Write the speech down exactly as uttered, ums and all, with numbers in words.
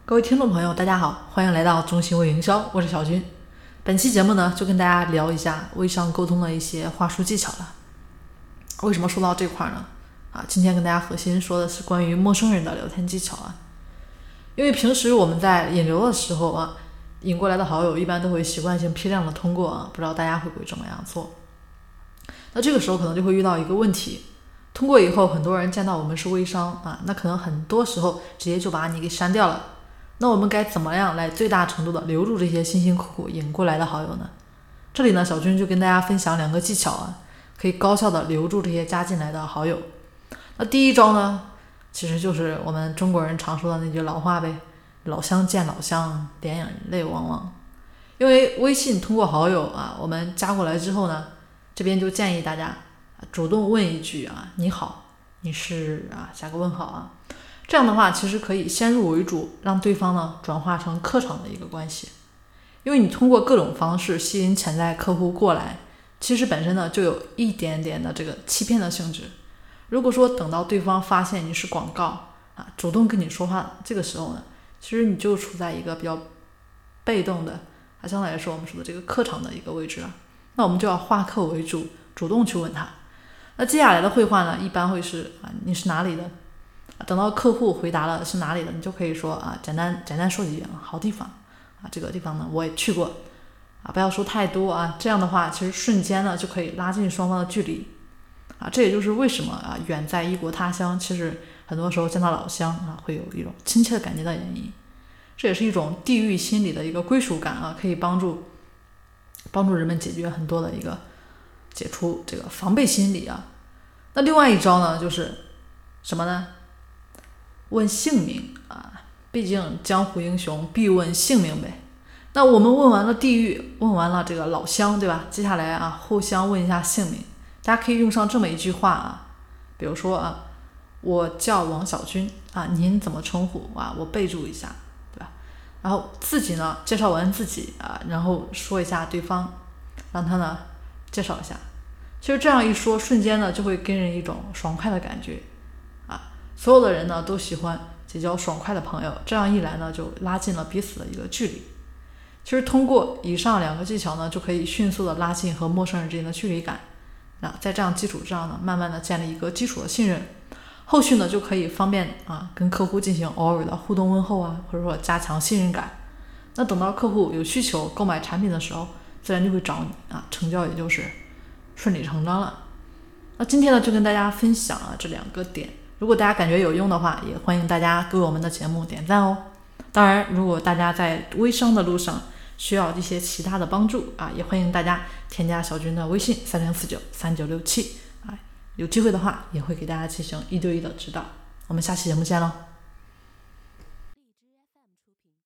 各位听众朋友大家好，欢迎来到中心微营销，我是小军。本期节目呢，就跟大家聊一下微商沟通的一些话术技巧了。为什么说到这块呢？啊，今天跟大家核心说的是关于陌生人的聊天技巧啊。因为平时我们在引流的时候啊，引过来的好友一般都会习惯性批量的通过啊，不知道大家会不会这么样做。那这个时候可能就会遇到一个问题，通过以后很多人见到我们是微商啊，那可能很多时候直接就把你给删掉了。那我们该怎么样来最大程度的留住这些辛辛苦苦引过来的好友呢？这里呢，小军就跟大家分享两个技巧啊，可以高效的留住这些加进来的好友。那第一招呢，其实就是我们中国人常说的那句老话呗，老乡见老乡，两眼泪汪汪。因为微信通过好友啊，我们加过来之后呢，这边就建议大家主动问一句啊，你好，你是啊，加个问号啊。这样的话其实可以先入为主，让对方呢转化成客场的一个关系。因为你通过各种方式吸引潜在客户过来，其实本身呢就有一点点的这个欺骗的性质。如果说等到对方发现你是广告啊，主动跟你说话，这个时候呢，其实你就处在一个比较被动的啊，相对来说我们说的这个客场的一个位置了。那我们就要化客为主，主动去问他。那接下来的会话呢，一般会是啊，你是哪里的？等到客户回答了是哪里的，你就可以说啊，简单简单说几句啊，好地方啊，这个地方呢我也去过啊，不要说太多啊，这样的话其实瞬间呢就可以拉近双方的距离啊，这也就是为什么啊远在异国他乡，其实很多时候见到老乡啊会有一种亲切的感觉的原因。这也是一种地域心理的一个归属感啊，可以帮助帮助人们解决很多的一个解除这个防备心理啊。那另外一招呢，就是什么呢？问姓名啊，毕竟江湖英雄必问姓名呗。那我们问完了地域，问完了这个老乡，对吧？接下来啊，互相问一下姓名。大家可以用上这么一句话啊，比如说啊，我叫王小军啊，您怎么称呼啊？我备注一下，对吧？然后自己呢，介绍完自己啊，然后说一下对方，让他呢介绍一下。其实这样一说，瞬间呢就会给人一种爽快的感觉啊。所有的人呢都喜欢结交爽快的朋友，这样一来呢就拉近了彼此的一个距离。其实通过以上两个技巧呢，就可以迅速的拉近和陌生人之间的距离感。那在这样基础上呢，慢慢的建立一个基础的信任，后续呢就可以方便啊跟客户进行偶尔的互动问候啊，或者说加强信任感。那等到客户有需求购买产品的时候，自然就会找你啊，成交也就是顺理成章了。那今天呢就跟大家分享啊这两个点，如果大家感觉有用的话，也欢迎大家给我们的节目点赞哦。当然，如果大家在微商的路上需要一些其他的帮助啊，也欢迎大家添加小军的微信三零四九三九六七啊，有机会的话也会给大家进行一对一的指导。我们下期节目见喽。